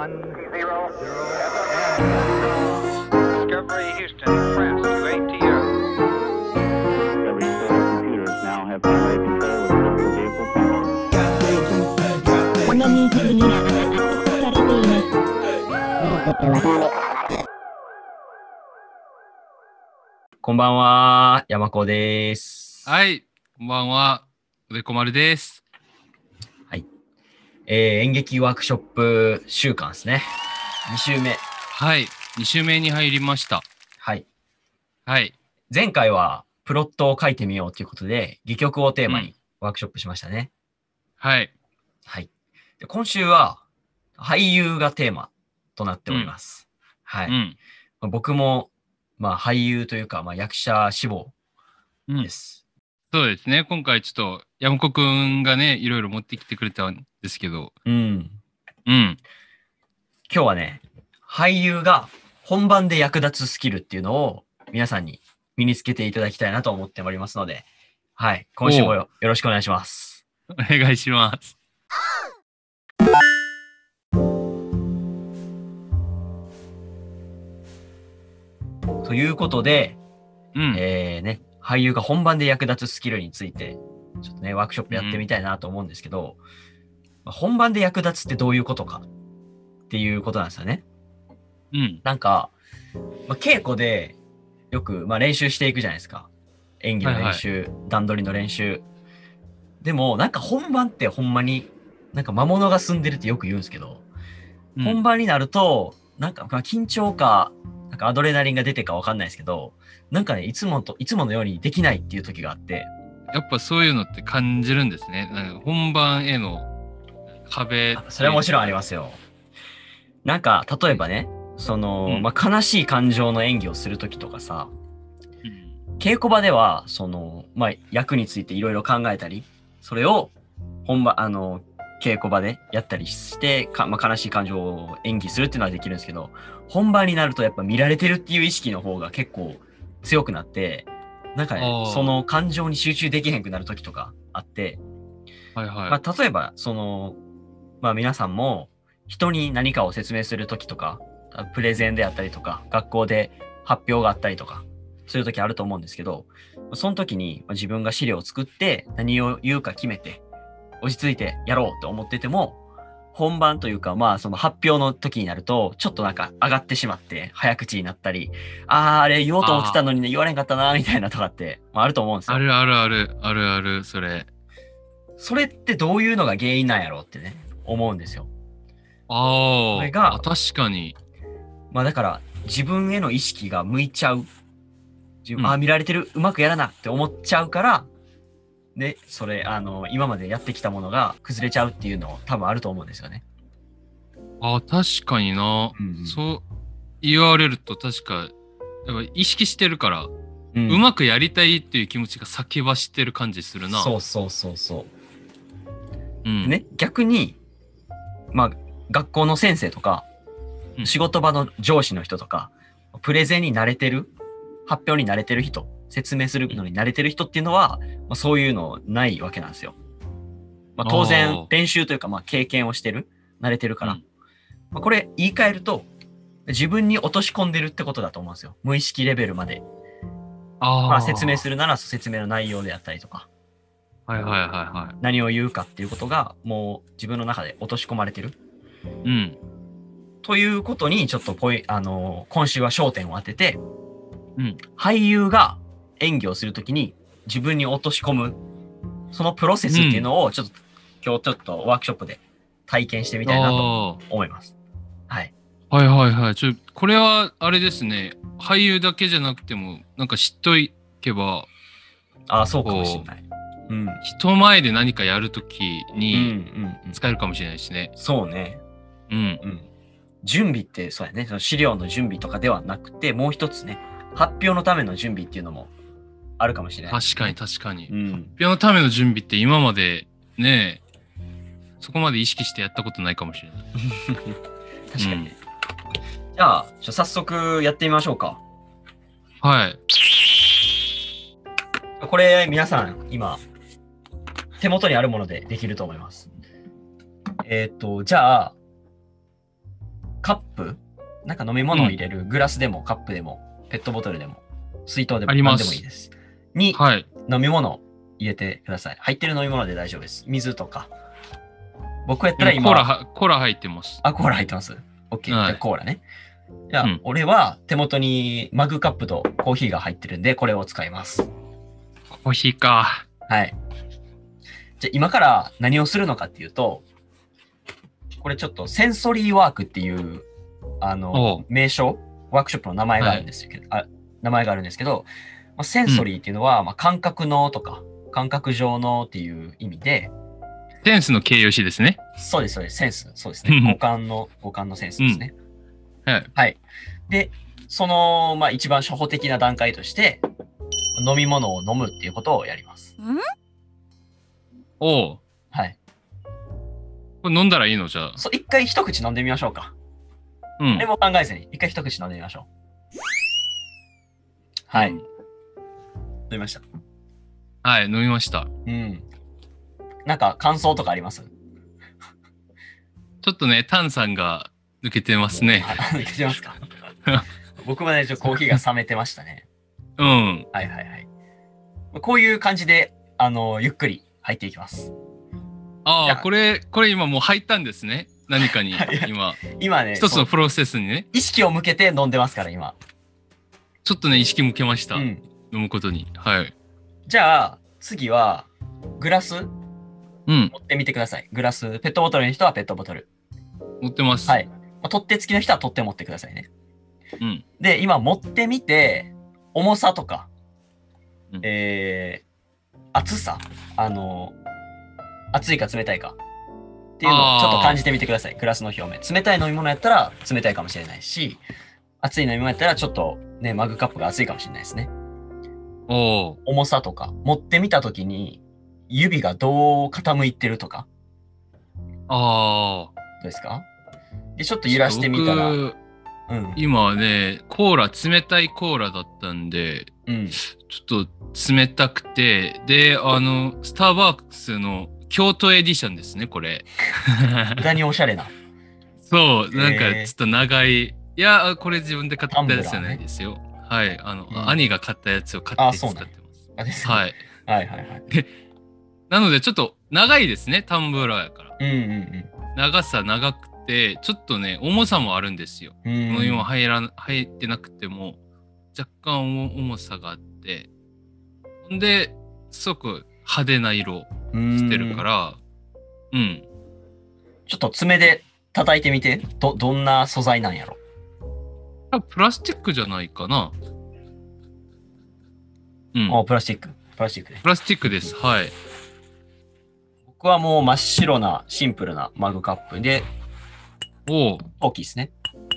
1-0. Discovery Houston, press to ATO. Discovery computers now have primary control of critical vehicle functions. このミーティングにはされています。 こんばんは、山子です。 はい、こんばんは、上小丸です。 はい。演劇ワークショップ週間ですね。2週目。 はい、2週目に入りました。 はい。 はい。 前回はプロットを書いてみようということで、戯曲をテーマにワークショップしましたね。 はい。 はい。で今週は俳優がテーマとなっております。はい。僕も俳優というか、役者志望です。 そうですね。今回ちょっと山子くんがね、いろいろ持ってきてくれたんですけど。 今日はね、俳優が本番で役立つスキルっていうのを皆さんに身につけていただきたいなと思っておりますので、はい。今週もよろしくお願いします。 お願いします。 ということで、俳優が本番で役立つスキルについて、ちょっとね、ワークショップやってみたいなと思うんですけど、本番で役立つってどういうことかっていうことなんですよね。なんか、稽古でよく、練習していくじゃないですか。演技の練習、段取りの練習。でも、なんか本番ってほんまに、なんか魔物が住んでるってよく言うんですけど、本番になると、なんか緊張か、なんかアドレナリンが出てかわかんないですけど、なんかね、いつものようにできないっていう時があって。 やっぱそういうのって感じるんですね。なんか本番への壁。 それはもちろんありますよ。なんか、例えばね、悲しい感情の演技をする時とかさ、稽古場では、役についていろいろ考えたり、それを稽古場でやったりして悲しい感情を演技するっていうのはできるんですけど、本番になるとやっぱ見られてるっていう意識の方が結構強くなって、なんかね、その感情に集中できへんくなる時とかあって、例えば皆さんも人に何かを説明する時とか、プレゼンであったりとか、学校で発表があったりとか、そういう時あると思うんですけど、その時に自分が資料を作って何を言うか決めて、落ち着いてやろうと思ってても、本番というか、その発表の時になると、ちょっとなんか上がってしまって、早口になったり、あれ言おうと思ってたのにね、言われんかったな、みたいなとかって、あると思うんですよ。 ある、それ。 それってどういうのが原因なんやろうってね、思うんですよ。 それが、確かに。 だから、自分への意識が向いちゃう。見られてる、うまくやらなって思っちゃうから、で、それ、今までやってきたものが崩れちゃうっていうの多分あると思うんですよね。 確かにな。そう言われると確か、やっぱ意識してるから、うまくやりたいっていう気持ちが先走ってる感じするな。 そう。ね、逆に、学校の先生とか、仕事場の上司の人とか、プレゼンに慣れてる、発表に慣れてる人、説明するのに慣れてる人っていうのは、そういうのないわけなんですよ。当然、練習というか、経験をしてる、慣れてるから。これ、言い換えると、自分に落とし込んでるってことだと思うんですよ。無意識レベルまで。説明するなら説明の内容であったりとか。何を言うかっていうことが、もう自分の中で落とし込まれてる。ということに、ちょっと今週は焦点を当てて、俳優が演技をするときに自分に落とし込む、そのプロセスっていうのを今日ちょっとワークショップで体験してみたいなと思います。はい。 これはあれですね。俳優だけじゃなくても、なんか知っとけば。 そうかもしれない。 人前で何かやるときに使えるかもしれないですね。 そうね。準備ってそうやね。その資料の準備とかではなくて、もう一つね、発表のための準備っていうのもあるかもしれない。 確かに。発表のための準備って今までね、そこまで意識してやったことないかもしれない。 確かにね。じゃあ、早速やってみましょうか。 はい。 これ皆さん今手元にあるものでできると思います。じゃあカップ、なんか飲み物を入れるグラスでもカップでもペットボトルでも水筒でも何でもいいです。に、 はい。 飲み物を入れてください。入ってる飲み物で大丈夫です。水とか。僕やったら今。 コーラ入ってます。 あ、コーラ入ってます。OK。 はい、 じゃあコーラね。じゃあ、俺は手元にマグカップとコーヒーが入ってるんで、これを使います。 コーヒーか。 はい。じゃあ今から何をするのかっていうと、これちょっとセンソリーワークっていう名称、ワークショップの名前があるんですけど、名前があるんですけど、センソリーっていうのは、感覚のとか感覚上のっていう意味で、 センスの形容詞ですね。 そうです、そうです、センス、そうですね。五感のセンスですね。 はい。 はい。で、その、一番初歩的な段階として、飲み物を飲むっていうことをやります。 おう。 はい。 これ飲んだらいいのじゃあ。 そう、一回一口飲んでみましょうか。何も考えずに、一回一口飲んでみましょう。はい。飲みました。 はい、飲みました。 なんか感想とかあります？ ちょっとね、炭酸が抜けてますね。 抜けてますか？僕もね、コーヒーが冷めてましたね。はいはいはい。こういう感じで、ゆっくり入っていきます。 ああ、これ今もう入ったんですね。何かに、今ね、一つのプロセスにね。 意識を向けて飲んでますから、今。 ちょっとね、意識向けました。飲むことに。はい。 じゃあ、次は、グラス持ってみてください。グラス、ペットボトルの人はペットボトル。 持ってます。 はい。取っ手付きの人は取っ手持ってくださいね。で、今持ってみて、重さとか、熱さ、熱いか冷たいかっていうのをちょっと感じてみてください。グラスの表面。冷たい飲み物やったら冷たいかもしれないし、熱い飲み物やったらちょっとね、マグカップが熱いかもしれないですね。重さとか、持ってみたときに、指がどう傾いてるとか。どうですか？で、ちょっと揺らしてみたら。 今ね、冷たいコーラだったんで、ちょっと冷たくて、で、スターバックスの京都エディションですね、これ。 無駄におしゃれな。 そう、なんかちょっと長い。いや、これ自分で買ったやつじゃないですよ。はい、兄が買ったやつを買って使ってます。はい。 はいはいはい。 なので、ちょっと長いですね、タンブラーやから。長さ長くて、ちょっとね、重さもあるんですよ。飲み物入ってなくても、若干重さがあって、んで、すごく派手な色してるから、 ちょっと爪で叩いてみて。どんな素材なんやろ？ プラスチックじゃないかな。 プラスチック。プラスチックね。 プラスチックです。はい。 僕はもう真っ白なシンプルなマグカップで、大きいですね。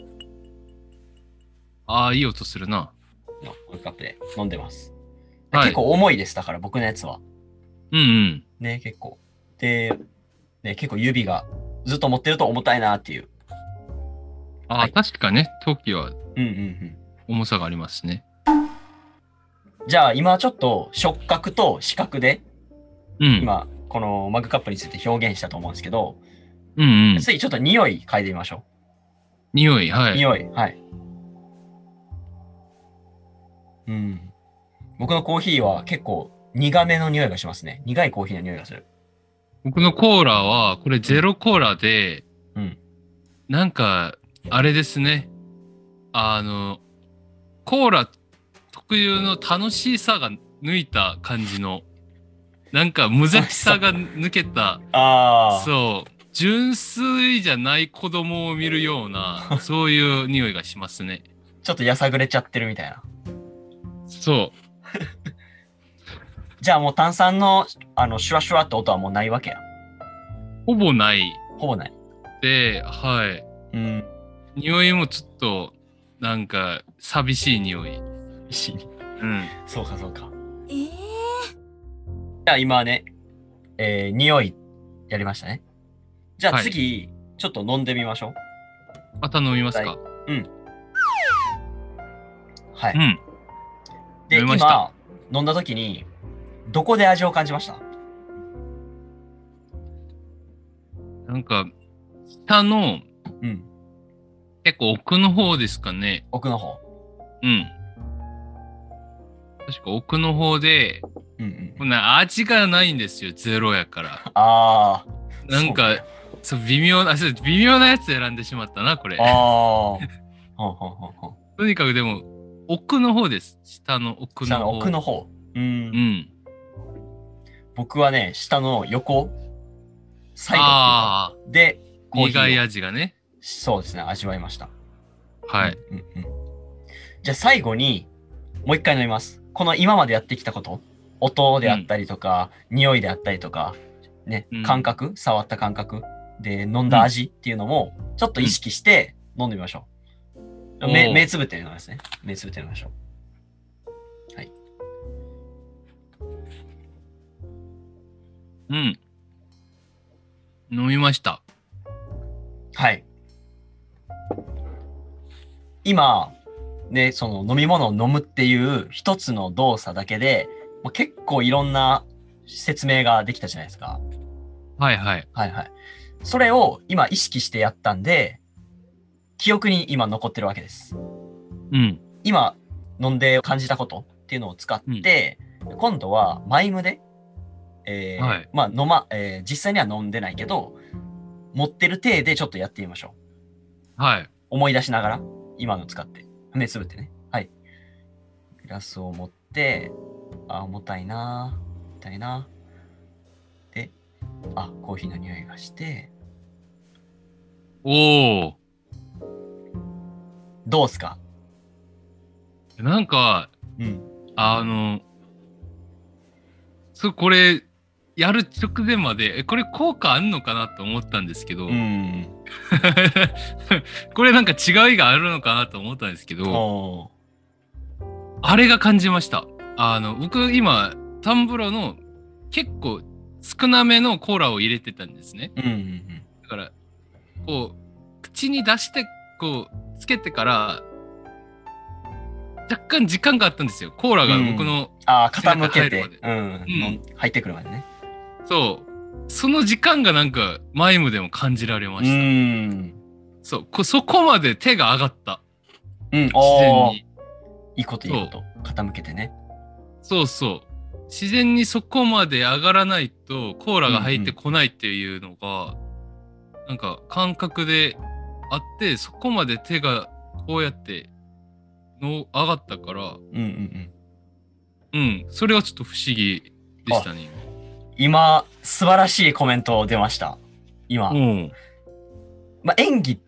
いい音するな。 マグカップで飲んでます。結構重いです。だから僕のやつは。ね、結構。で、ね、結構指がずっと持ってると重たいなっていう。 確かね、陶器は重さがありますね。 じゃあ今ちょっと触覚と視覚で、今このマグカップについて表現したと思うんですけど、次ちょっと匂い嗅いでみましょう。 匂い、はい。 匂い、はい。僕のコーヒーは結構苦めの匂いがしますね。苦いコーヒーの匂いがする。 僕のコーラは、これゼロコーラで、なんか、あれですね。コーラ特有の楽しさが抜いた感じの、なんか無邪気さが抜けた、そう、純粋じゃない子供を見るような、そういう匂いがしますね。 ちょっとやさぐれちゃってるみたいな。 そう。 じゃあもう炭酸のシュワシュワって音はもうないわけや。 ほぼない。 ほぼない。 で、はい。匂いもちょっと、なんか、寂しい匂い。 寂しい。そうかそうか。じゃあ今はね、匂いやりましたね。じゃあ次、ちょっと飲んでみましょう。 また飲みますか？ はい。で、今、飲んだ時に、どこで味を感じました？ なんか、下の、 結構奥の方ですかね。 奥の方。 うん。確か奥の方で、こんな味がないんですよ、ゼロやから。 ああ。 なんか、微妙なやつ選んでしまったな、これ。 ああ。 とにかくでも、奥の方です。下の奥の方。 下の奥の方。僕はね、下の横。最後で、 苦い味がね。 そうですね、味わいました。 はい。 じゃあ最後に、もう一回飲みます。この今までやってきたこと、音であったりとか、匂いであったりとか、ね、感覚、触った感覚で飲んだ味っていうのも、ちょっと意識して飲んでみましょう。目つぶって飲みますね。目つぶって飲みましょう。はい。 飲みました。 はい。今、ね、その飲み物を飲むっていう一つの動作だけで、もう結構いろんな説明ができたじゃないですか。 はいはい。 はいはい。それを今意識してやったんで、記憶に今残ってるわけです。今飲んで感じたことっていうのを使って、今度はマイムで、まあ実際には飲んでないけど、持ってる体でちょっとやってみましょう。はい。 思い出しながら、今の使って。目つぶってね。はい。グラスを持って、重たいな。で、コーヒーの匂いがして。 おー。 どうすか？ なんか、これ、やる直前まで、これ効果あんのかなと思ったんですけど、これなんか違いがあるのかなと思ったんですけど、あれが感じました。僕今、タンブラの結構少なめのコーラを入れてたんですね。だから、こう、口に出して、こう、つけてから、若干時間があったんですよ。コーラが僕の傾けて、入ってくるまでね。 そう。その時間がなんか、マイムでも感じられました。そこまで手が上がった。 自然に。いいこと。傾けてね。 そうそう。自然にそこまで上がらないと、コーラが入ってこないっていうのが、なんか感覚であって、そこまで手がこうやって上がったから、それはちょっと不思議でしたね。 今、素晴らしいコメント出ました。今。演技って、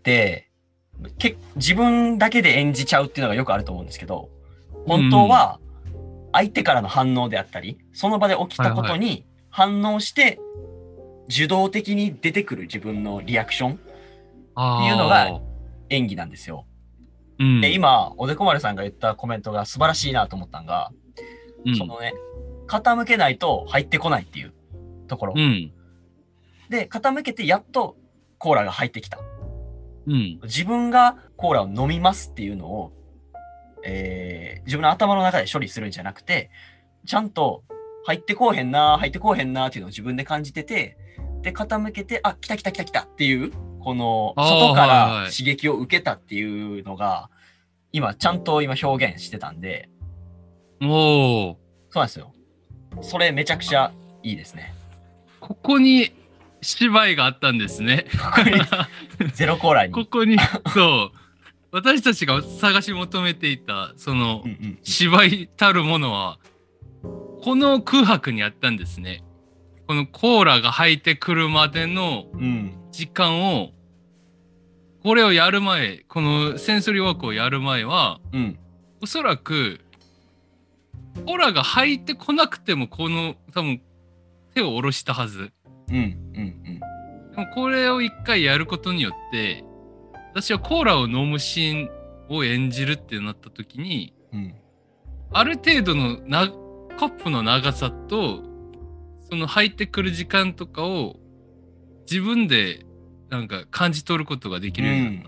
自分だけで演じちゃうっていうのがよくあると思うんですけど、本当は、相手からの反応であったり、その場で起きたことに反応して、受動的に出てくる自分のリアクションっていうのが演技なんですよ。で、今、おでこ丸さんが言ったコメントが素晴らしいなと思ったのが、そのね、傾けないと入ってこないっていうところ。で、傾けてやっとコーラが入ってきた。自分がコーラを飲みますっていうのを、自分の頭の中で処理するんじゃなくて、ちゃんと入ってこうへんなっていうのを自分で感じてて、で、傾けて、来たっていう、この、外から刺激を受けたっていうのが、ちゃんと表現してたんで、そうなんですよ。それめちゃくちゃいいですね。 ここに芝居があったんですね。 ゼロコーラに。 ここに、そう。私たちが探し求めていた、その、芝居たるものは、この空白にあったんですね。このコーラが入ってくるまでの時間を、これをやる前、このセンソリーワークをやる前は、おそらく、コーラが入ってこなくても、多分、手を下ろしたはず。でもこれを一回やることによって、私はコーラを飲むシーンを演じるってなった時に、ある程度のカップの長さと、その入ってくる時間とかを自分でなんか感じ取ることができるようになった。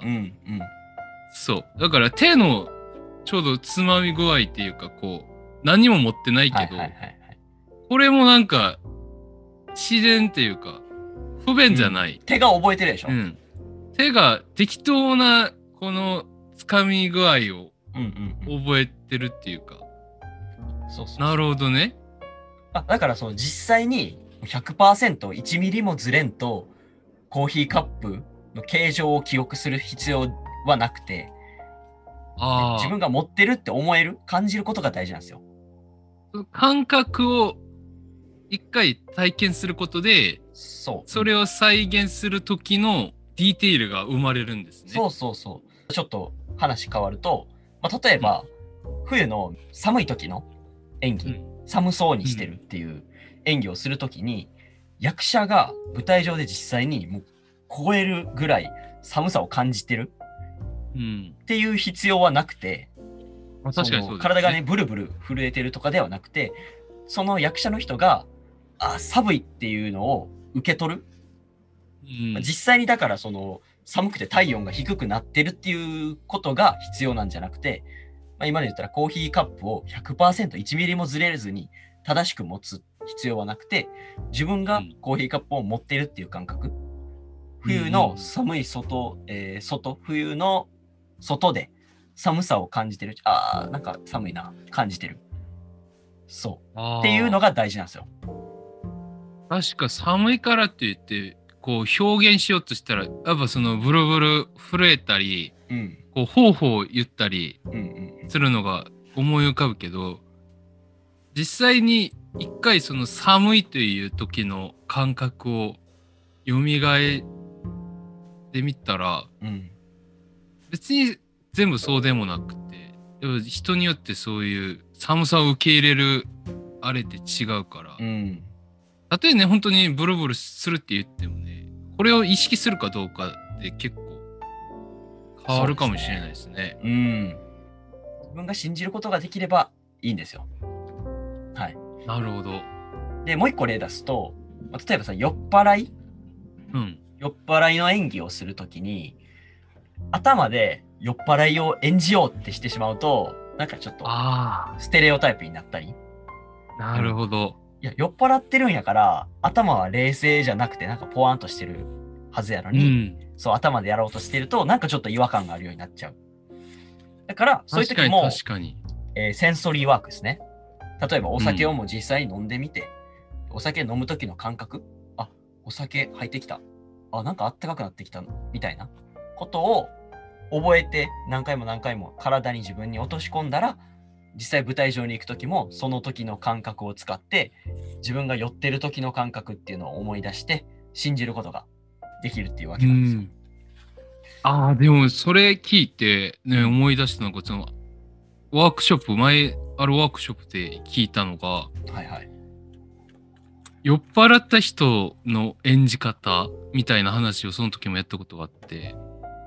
そう。だから手のちょうどつまみ具合っていうか、こう、何も持ってないけど、これもなんか自然っていうか、不便じゃない。 手が覚えてるでしょ。 手が適当なこのつかみ具合をうんうんうん。 覚えてるっていうか。 そうそう。 なるほどね。 だからその実際に 100%1 ミリもずれんとコーヒーカップの形状を記憶する必要はなくて、自分が持ってるって思える、感じることが大事なんですよ。 感覚を一回体験することで、それを再現する時のディテールが生まれるんですね。 そうそうそう。ちょっと話変わると、例えば、冬の寒い時の演技、寒そうにしてるっていう演技をするときに、役者が舞台上で実際にもう超えるぐらい寒さを感じてるっていう必要はなくて、 確かにそうですね。 体がね、ブルブル震えてるとかではなくて、その役者の人が、寒いっていうのを受け取る。実際にだから寒くて体温が低くなってるっていうことが必要なんじゃなくて、今で言ったらコーヒーカップを 100%1 ミリもずれずに正しく持つ必要はなくて、自分がコーヒーカップを持ってるっていう感覚。冬の寒い冬の外で寒さを感じてる。なんか寒いな、感じてる。そうっていうのが大事なんですよ。 確か寒いからって言ってこう表現しようとしたら、やっぱそのブルブル震えたり、こうほうほう言ったりするのが思い浮かぶけど、実際に一回その寒いという時の感覚を蘇ってみたら、別に全部そうでもなくて、人によってそういう寒さを受け入れるあれって違うから、たとえね本当にブルブルするって言ってもね、これを意識するかどうかで結構変わるかもしれないですね。自分が信じることができればいいんですよ。はい。なるほど。で、もう一個例出すと、例えばさ、酔っ払いの演技をするときに、頭で酔っ払いを演じようってしてしまうと、なんかちょっとステレオタイプになったり。なるほど。いや、酔っ払ってるんやから、頭は冷静じゃなくて、なんかポワンとしてるはずやのに、頭でやろうとしてると、なんかちょっと違和感があるようになっちゃう。だから、そういう時も、センソリーワークですね。例えば、お酒をもう実際に飲んでみて、お酒飲む時の感覚、お酒入ってきた。なんかあったかくなってきたみたいなことを覚えて、何回も何回も体に自分に落とし込んだら、実際舞台上に行く時もその時の感覚を使って自分が酔ってる時の感覚っていうのを思い出して信じることができるっていうわけなんですよ。 でもそれ聞いてね、思い出したのが、そのワークショップ、前あるワークショップで聞いたのが、酔っ払った人の演じ方みたいな話をその時もやったことがあって、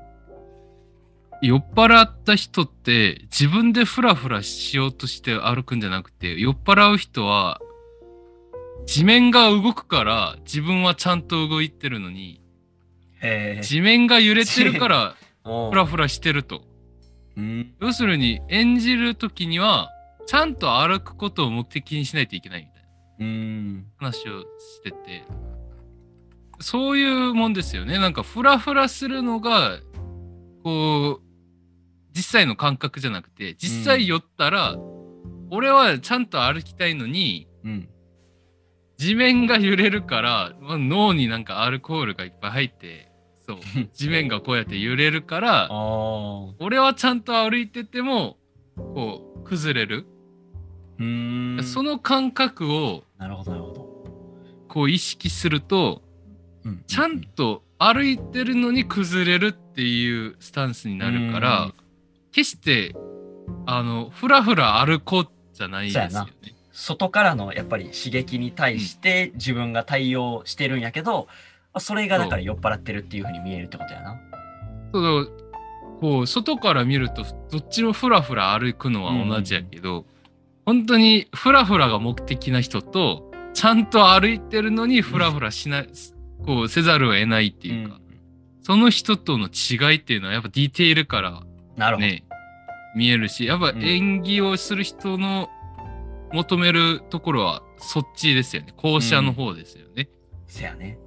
酔っ払った人って自分でフラフラしようとして歩くんじゃなくて、酔っ払う人は地面が動くから自分はちゃんと動いてるのに、地面が揺れてるからフラフラしてると。要するに演じる時にはちゃんと歩くことを目的にしないといけないみたいな話をしてて、そういうもんですよね。なんかフラフラするのがこう実際の感覚じゃなくて、実際酔ったら俺はちゃんと歩きたいのに、地面が揺れるから、脳になんかアルコールがいっぱい入って、そう地面がこうやって揺れるから俺はちゃんと歩いててもこう崩れる。その感覚をこう意識すると、ちゃんと歩いてるのに崩れるっていうスタンスになるから、決してフラフラ歩こうじゃないですよね。 外からのやっぱり刺激に対して自分が対応してるんやけど、それがだから酔っ払ってるっていう風に見えるってことやな。 そうこう外から見るとどっちもフラフラ歩くのは同じやけど、本当にフラフラが目的な人と、ちゃんと歩いてるのにフラフラしない、こうせざるを得ないっていうか、その人との違いっていうのはやっぱディテールからね見えるし、やっぱ演技をする人の求めるところはそっちですよね。後者の方ですよね。 せやね。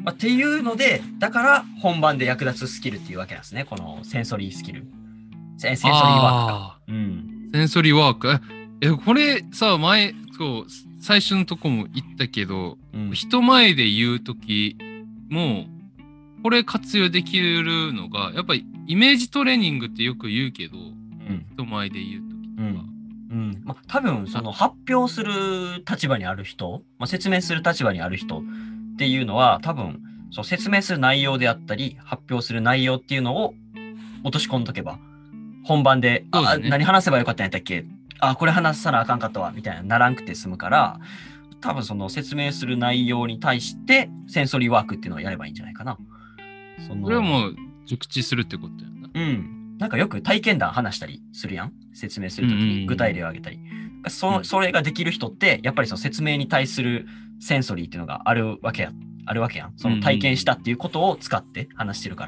っていうので、だから本番で役立つスキルっていうわけなんですね。このセンソリースキル。センソリーワークか。 センソリーワーク。これさ、そう、最初のとこも言ったけど、人前で言うときも、これ活用できるのが、やっぱりイメージトレーニングってよく言うけど、人前で言うときとか。 多分、その発表する立場にある人、説明する立場にある人っていうのは、多分、そう説明する内容であったり、発表する内容っていうのを落とし込んどけば、本番で、何話せばよかったんやったっけ、これ話さなあかんかったわみたいなならんくて済むから、多分その説明する内容に対してセンソリーワークっていうのをやればいいんじゃないかな。 これはもう熟知するってことやな。 なんかよく体験談話したりするやん。説明するときに具体例を挙げたり。それができる人って、やっぱりその説明に対するセンソリーっていうのがあるわけやん。その体験したっていうことを使って話してるから。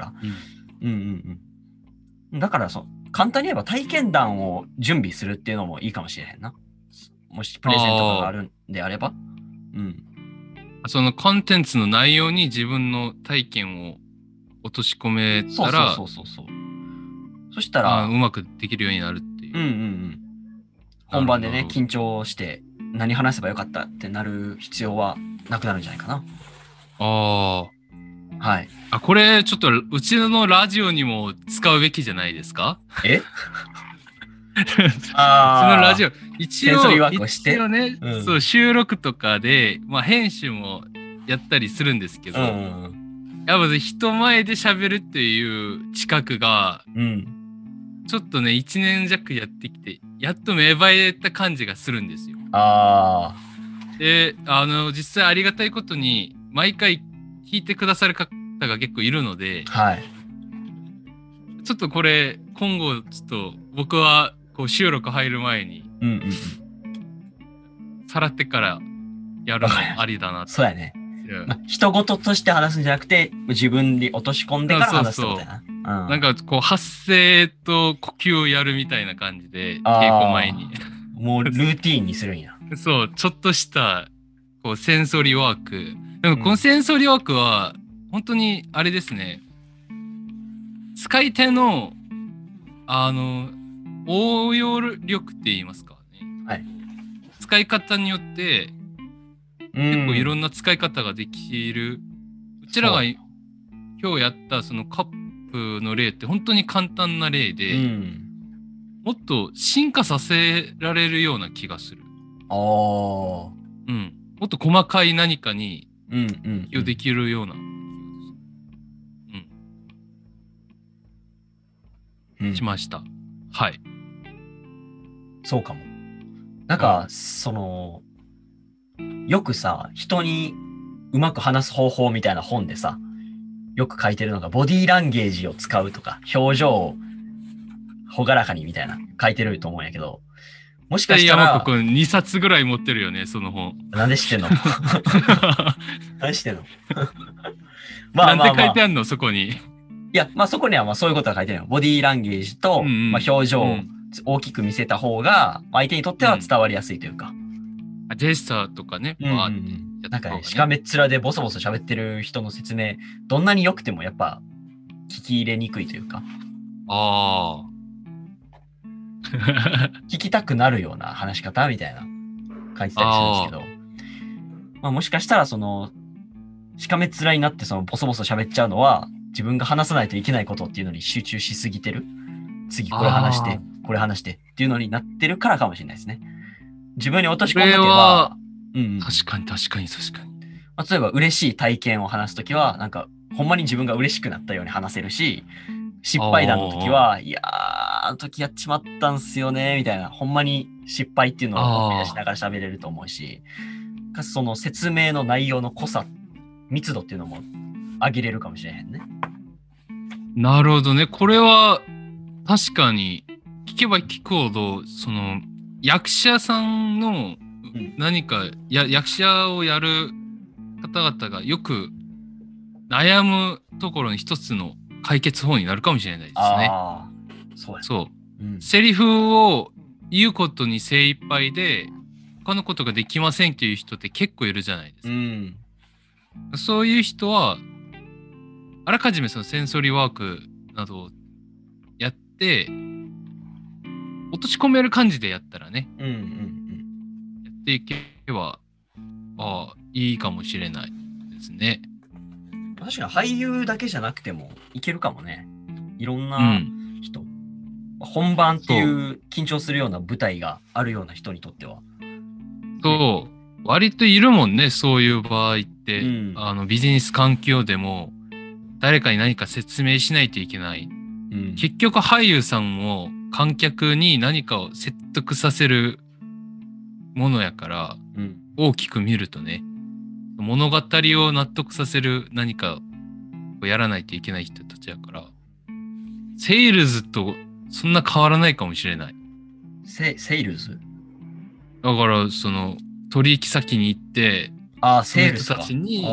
だから簡単に言えば体験談を準備するっていうのもいいかもしれへんな。もしプレゼントがあるんであれば。 そのコンテンツの内容に自分の体験を落とし込めたら、そしたらうまくできるようになるっていう。 本番でね、緊張して何話せばよかったってなる必要はなくなるんじゃないかな。はい。 これちょっとうちのラジオにも使うべきじゃないですか？うちのラジオ一応ね、そう収録とかで編集もやったりするんですけど、やっぱ人前で喋るっていう知覚が、ちょっとね1年弱やってきてやっと芽生えた感じがするんですよ。で実際ありがたいことに毎回聞いてくださる方が結構いるので、ちょっとこれ今後ちょっと僕はこう収録入る前にさらってからやるのありだなって。 そうやね。人事として話すんじゃなくて自分に落とし込んでから話すってことやな。 なんかこう発声と呼吸をやるみたいな感じで稽古前にもうルーティーンにするんや。 そうちょっとしたこうセンソリーワーク。でもこのセンソリーワークは本当にあれですね。使い手の応用力って言いますかね。使い方によって結構いろんな使い方ができる。うちらが今日やったそのカップの例って本当に簡単な例で、もっと進化させられるような気がする。もっと細かい何かにできるような。しました。はい。 そうかも。なんか、よくさ、人にうまく話す方法みたいな本でさ、よく書いてるのが、ボディーランゲージを使うとか、表情をほがらかにみたいな書いてると思うんやけど、もしかしたら。 山子くん2冊ぐらい持ってるよね、その本。 なんで知ってんの？なんで知ってんの？ なんて書いてあんの、そこに。 いや、そこにはそういうことが書いてるよ。ボディーランゲージと、表情を大きく見せた方が、相手にとっては伝わりやすいというか。 ジェスチャーとかね。 なんかね、しかめっ面でボソボソ喋ってる人の説明、どんなに良くてもやっぱ、聞き入れにくいというか。聞きたくなるような話し方みたいな、書いてたりするんですけど。もしかしたら、しかめっ面になってボソボソ喋っちゃうのは、自分が話さないといけないことっていうのに集中しすぎてる。次これ話して、これ話してっていうのになってるからかもしれないですね。自分に落とし込んでおけば。 確かに。 例えば嬉しい体験を話すときは、なんか、ほんまに自分が嬉しくなったように話せるし、失敗談のときは、いやー、あの時やっちまったんすよね、みたいな、ほんまに失敗っていうのを思い出しながら喋れると思うし、かつその説明の内容の濃さ、密度っていうのも上げれるかもしれへんね。 なるほどね。これは確かに聞けば聞くほど役者さんの何か、役者をやる方々がよく悩むところに一つの解決法になるかもしれないですね。そう、セリフを言うことに精一杯で他のことができませんっていう人って結構いるじゃないですか。そういう人はあらかじめそのセンソリーワークなどをやって落とし込める感じでやったらね、やっていけばいいかもしれないですね。 確かに俳優だけじゃなくてもいけるかもね。いろんな人、本番っていう緊張するような舞台があるような人にとっては。 そう、割といるもんね、そういう場合って、ビジネス環境でも誰かに何か説明しないといけない。結局俳優さんも観客に何かを説得させるものやから、大きく見るとね、物語を納得させる何かをやらないといけない人たちやから、セールズとそんな変わらないかもしれない。 セールズ？ だからその取引先に行って、 セールズ人たちに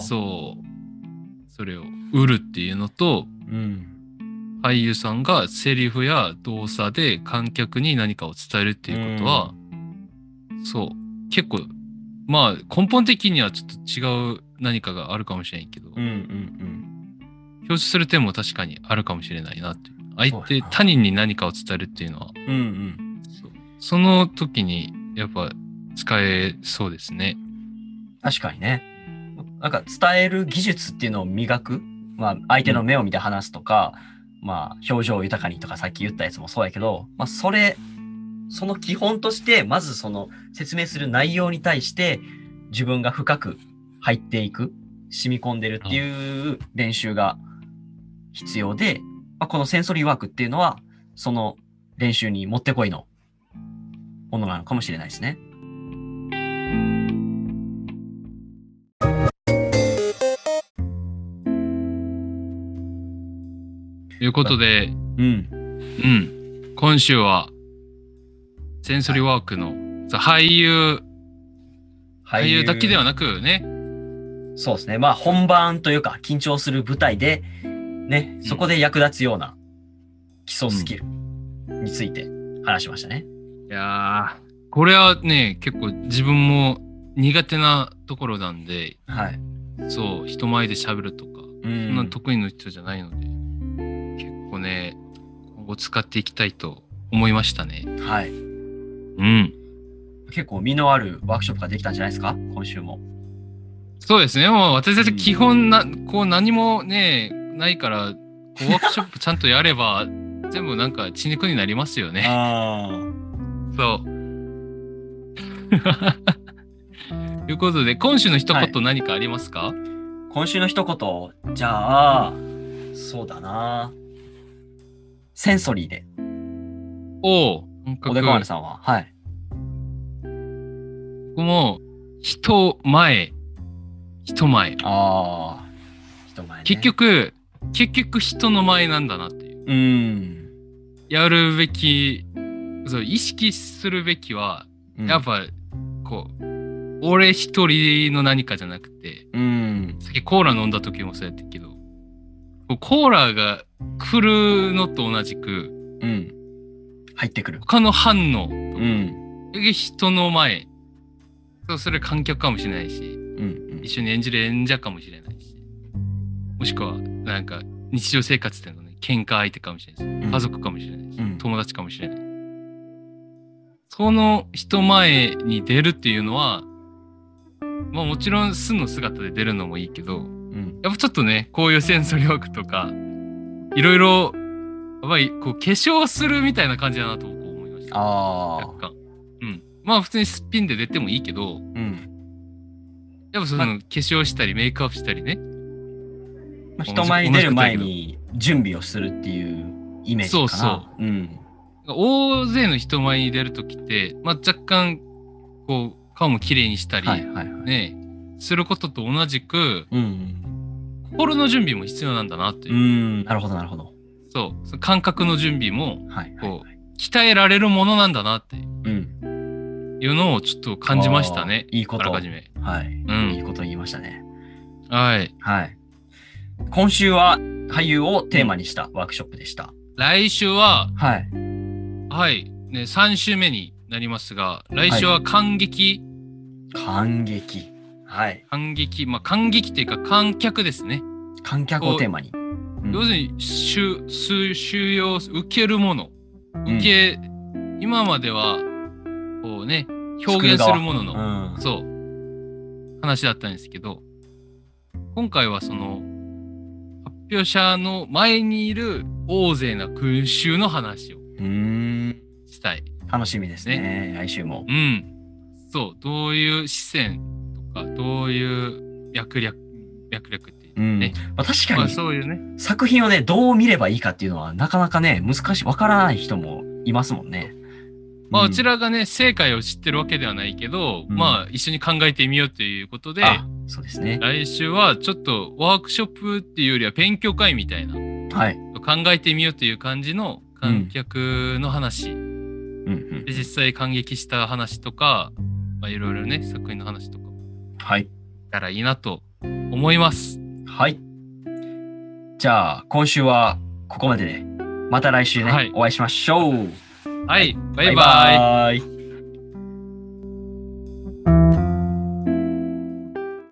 それを売るっていうのと、俳優さんがセリフや動作で観客に何かを伝えるっていうことは、結構まあ根本的にはちょっと違う何かがあるかもしれないけど、表示する点も確かにあるかもしれないなっていう。他人に何かを伝えるっていうのは、その時にやっぱ使えそうですね。 確かにね。なんか伝える技術っていうのを磨く、相手の目を見て話すとか、表情豊かにとかさっき言ったやつもそうやけど、その基本として、まずその説明する内容に対して自分が深く入っていく、染み込んでるっていう練習が必要で、このセンソリーワークっていうのは、その練習にもってこいのものなのかもしれないですね。 ということで、今週はセンソリーワークの、俳優だけではなくね。 そうですね。本番というか緊張する舞台でね、そこで役立つような基礎スキルについて話しましたね。 いやー、これはね、結構自分も苦手なところなんで、そう、人前で喋るとか、そんな得意な人じゃないので、結構ね、今後使っていきたいと思いましたね。 結構身のあるワークショップができたんじゃないですか、今週も。 そうですね。もう私たち基本何もね、ないから、ワークショップちゃんとやれば、全部なんか血肉になりますよね。そう。ということで、今週の一言何かありますか？ 今週の一言、じゃあ、そうだな。センソリーで。 おでこまるさんは。 僕も、人前。 人前ね。 結局人の前なんだなっていう。やるべき、意識するべきは、やっぱ、俺一人の何かじゃなくて、さっきコーラ飲んだ時もそうやったけど、コーラが来るのと同じく、 入ってくる。 他の反応、人の前、それ観客かもしれないし、一緒に演じる演者かもしれないし、もしくはなんか日常生活でのね、喧嘩相手かもしれないし、家族かもしれないし、友達かもしれない。その人前に出るっていうのは、もちろん素の姿で出るのもいいけど、やっぱちょっとね、こういうセンソリーワークとか、いろいろ、やっぱり化粧するみたいな感じだなと僕思いました。若干。普通にすっぴんで出てもいいけど、やっぱその化粧したりメイクアップしたりね。 人前に出る前に準備をするっていうイメージかな。 大勢の人前に出るときって、若干、顔も綺麗にしたり、ね、することと同じく、心の準備も必要なんだなっていう。 なるほど、なるほど。 そう。感覚の準備も、鍛えられるものなんだなっていうのをちょっと感じましたね。 いいこと。 あらかじめ。 いいこと言いましたね。今週は俳優をテーマにしたワークショップでした。 来週は、ね、3週目になりますが、来週は観劇。 観劇。 観劇っていうか観客ですね。 観客をテーマに。 要するに収容、受けるもの、今まではこうね、表現するものの、そう話だったんですけど、今回はその発表者の前にいる大勢な群衆の話をしたい。 楽しみですね、来週も。 そう、どういう視線とか、どういう脈略っていうね。 確かに、 そういうね、 作品をね、どう見ればいいかっていうのはなかなかね、難しい、わからない人もいますもんね。 うちらがね、正解を知ってるわけではないけど、一緒に考えてみようということで、 そうですね。 来週はちょっとワークショップっていうよりは勉強会みたいな、考えてみようという感じの観客の話、で実際感激した話とか、いろいろね、作品の話とか、たらいいなと思います。 はい。じゃあ、今週はここまでで、また来週ね、お会いしましょう。 はい、バイバイ。